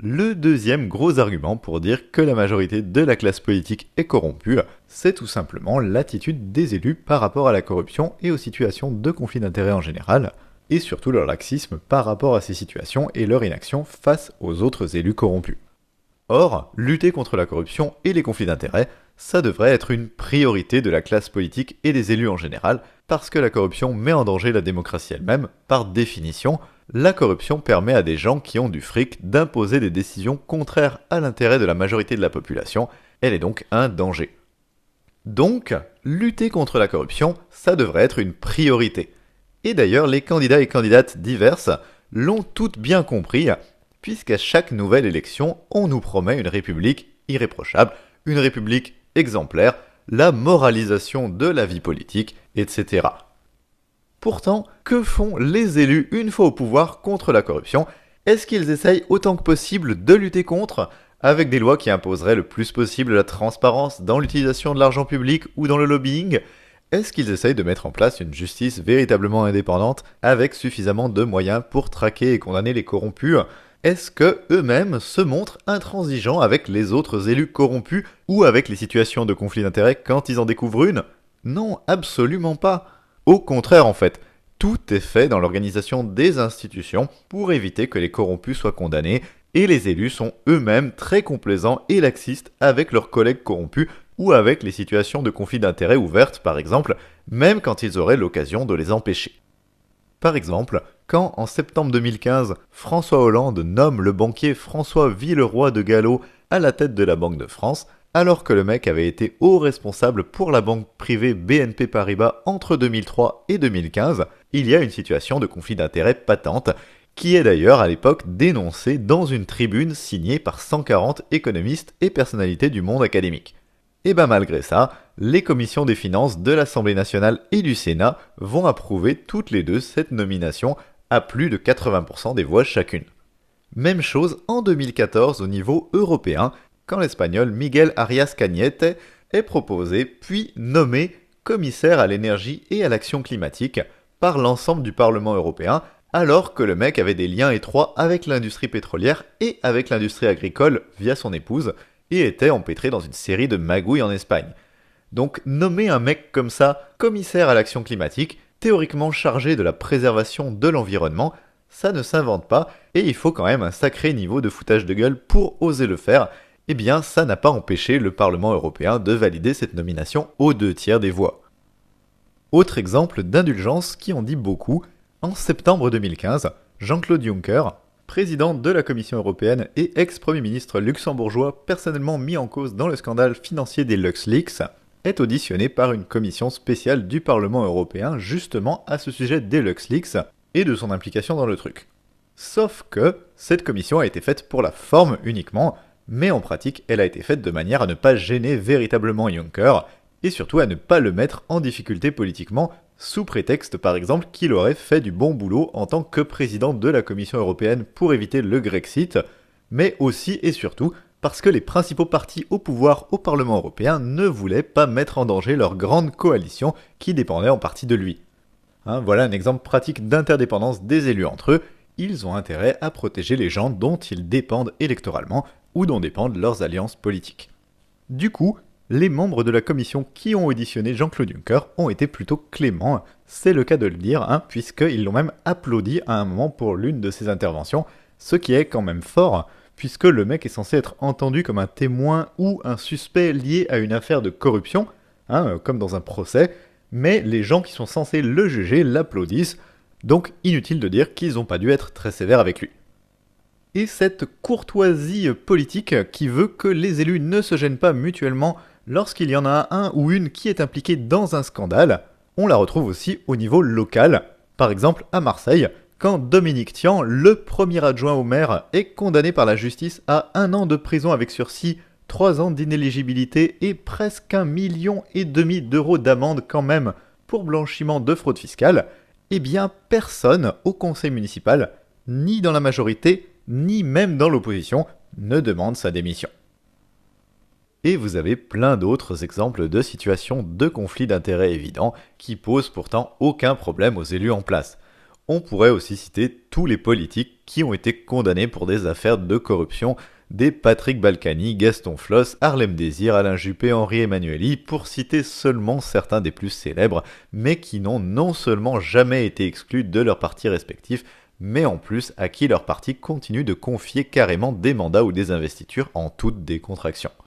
Le deuxième gros argument pour dire que la majorité de la classe politique est corrompue, c'est tout simplement l'attitude des élus par rapport à la corruption et aux situations de conflit d'intérêts en général, et surtout leur laxisme par rapport à ces situations et leur inaction face aux autres élus corrompus. Or, lutter contre la corruption et les conflits d'intérêts, ça devrait être une priorité de la classe politique et des élus en général, parce que la corruption met en danger la démocratie elle-même. Par définition, la corruption permet à des gens qui ont du fric d'imposer des décisions contraires à l'intérêt de la majorité de la population, elle est donc un danger. Donc, lutter contre la corruption, ça devrait être une priorité. Et d'ailleurs, les candidats et candidates diverses l'ont toutes bien compris, puisqu'à chaque nouvelle élection, on nous promet une république irréprochable, une république exemplaire, la moralisation de la vie politique, etc. Pourtant, que font les élus une fois au pouvoir contre la corruption? Est-ce qu'ils essayent autant que possible de lutter contre, avec des lois qui imposeraient le plus possible la transparence dans l'utilisation de l'argent public ou dans le lobbying? Est-ce qu'ils essayent de mettre en place une justice véritablement indépendante, avec suffisamment de moyens pour traquer et condamner les corrompus? Est-ce que eux-mêmes se montrent intransigeants avec les autres élus corrompus ou avec les situations de conflit d'intérêts quand ils en découvrent une? Non, absolument pas. Au contraire en fait, tout est fait dans l'organisation des institutions pour éviter que les corrompus soient condamnés, et les élus sont eux-mêmes très complaisants et laxistes avec leurs collègues corrompus ou avec les situations de conflit d'intérêts ouvertes par exemple, même quand ils auraient l'occasion de les empêcher. Par exemple, quand en septembre 2015, François Hollande nomme le banquier François Villeroy de Galhau à la tête de la Banque de France, alors que le mec avait été haut responsable pour la banque privée BNP Paribas entre 2003 et 2015, il y a une situation de conflit d'intérêts patente, qui est d'ailleurs à l'époque dénoncée dans une tribune signée par 140 économistes et personnalités du monde académique. Et ben malgré ça, les commissions des finances de l'Assemblée nationale et du Sénat vont approuver toutes les deux cette nomination à plus de 80% des voix chacune. Même chose en 2014 au niveau européen, quand l'espagnol Miguel Arias Cañete est proposé puis nommé commissaire à l'énergie et à l'action climatique par l'ensemble du Parlement européen, alors que le mec avait des liens étroits avec l'industrie pétrolière et avec l'industrie agricole via son épouse, et était empêtré dans une série de magouilles en Espagne. Donc nommer un mec comme ça, commissaire à l'action climatique, théoriquement chargé de la préservation de l'environnement, ça ne s'invente pas, et il faut quand même un sacré niveau de foutage de gueule pour oser le faire. Eh bien, ça n'a pas empêché le Parlement européen de valider cette nomination aux 2/3 des voix. Autre exemple d'indulgence qui en dit beaucoup, en septembre 2015, Jean-Claude Juncker, président de la Commission européenne et ex-premier ministre luxembourgeois personnellement mis en cause dans le scandale financier des LuxLeaks, est auditionné par une commission spéciale du Parlement européen justement à ce sujet des LuxLeaks et de son implication dans le truc. Sauf que cette commission a été faite pour la forme uniquement, mais en pratique elle a été faite de manière à ne pas gêner véritablement Juncker et surtout à ne pas le mettre en difficulté politiquement, sous prétexte par exemple qu'il aurait fait du bon boulot en tant que président de la Commission européenne pour éviter le Grexit, mais aussi et surtout parce que les principaux partis au pouvoir au Parlement européen ne voulaient pas mettre en danger leur grande coalition qui dépendait en partie de lui. Voilà un exemple pratique d'interdépendance des élus entre eux, ils ont intérêt à protéger les gens dont ils dépendent électoralement ou dont dépendent leurs alliances politiques. Du coup, les membres de la commission qui ont auditionné Jean-Claude Juncker ont été plutôt cléments, c'est le cas de le dire, puisqu'ils l'ont même applaudi à un moment pour l'une de ses interventions, ce qui est quand même fort, puisque le mec est censé être entendu comme un témoin ou un suspect lié à une affaire de corruption, comme dans un procès, mais les gens qui sont censés le juger l'applaudissent, donc inutile de dire qu'ils n'ont pas dû être très sévères avec lui. Et cette courtoisie politique qui veut que les élus ne se gênent pas mutuellement lorsqu'il y en a un ou une qui est impliqué dans un scandale, on la retrouve aussi au niveau local. Par exemple à Marseille, quand Dominique Tian, le premier adjoint au maire, est condamné par la justice à 1 an de prison avec sursis, 3 ans d'inéligibilité et presque 1,5 million d'euros d'amende quand même pour blanchiment de fraude fiscale, eh bien personne au conseil municipal, ni dans la majorité, ni même dans l'opposition, ne demande sa démission. Et vous avez plein d'autres exemples de situations de conflits d'intérêts évidents qui posent pourtant aucun problème aux élus en place. On pourrait aussi citer tous les politiques qui ont été condamnés pour des affaires de corruption, des Patrick Balkany, Gaston Floss, Harlem Désir, Alain Juppé, Henri Emmanuelli, pour citer seulement certains des plus célèbres, mais qui n'ont non seulement jamais été exclus de leurs partis respectifs, mais en plus à qui leur parti continue de confier carrément des mandats ou des investitures en toute décontraction.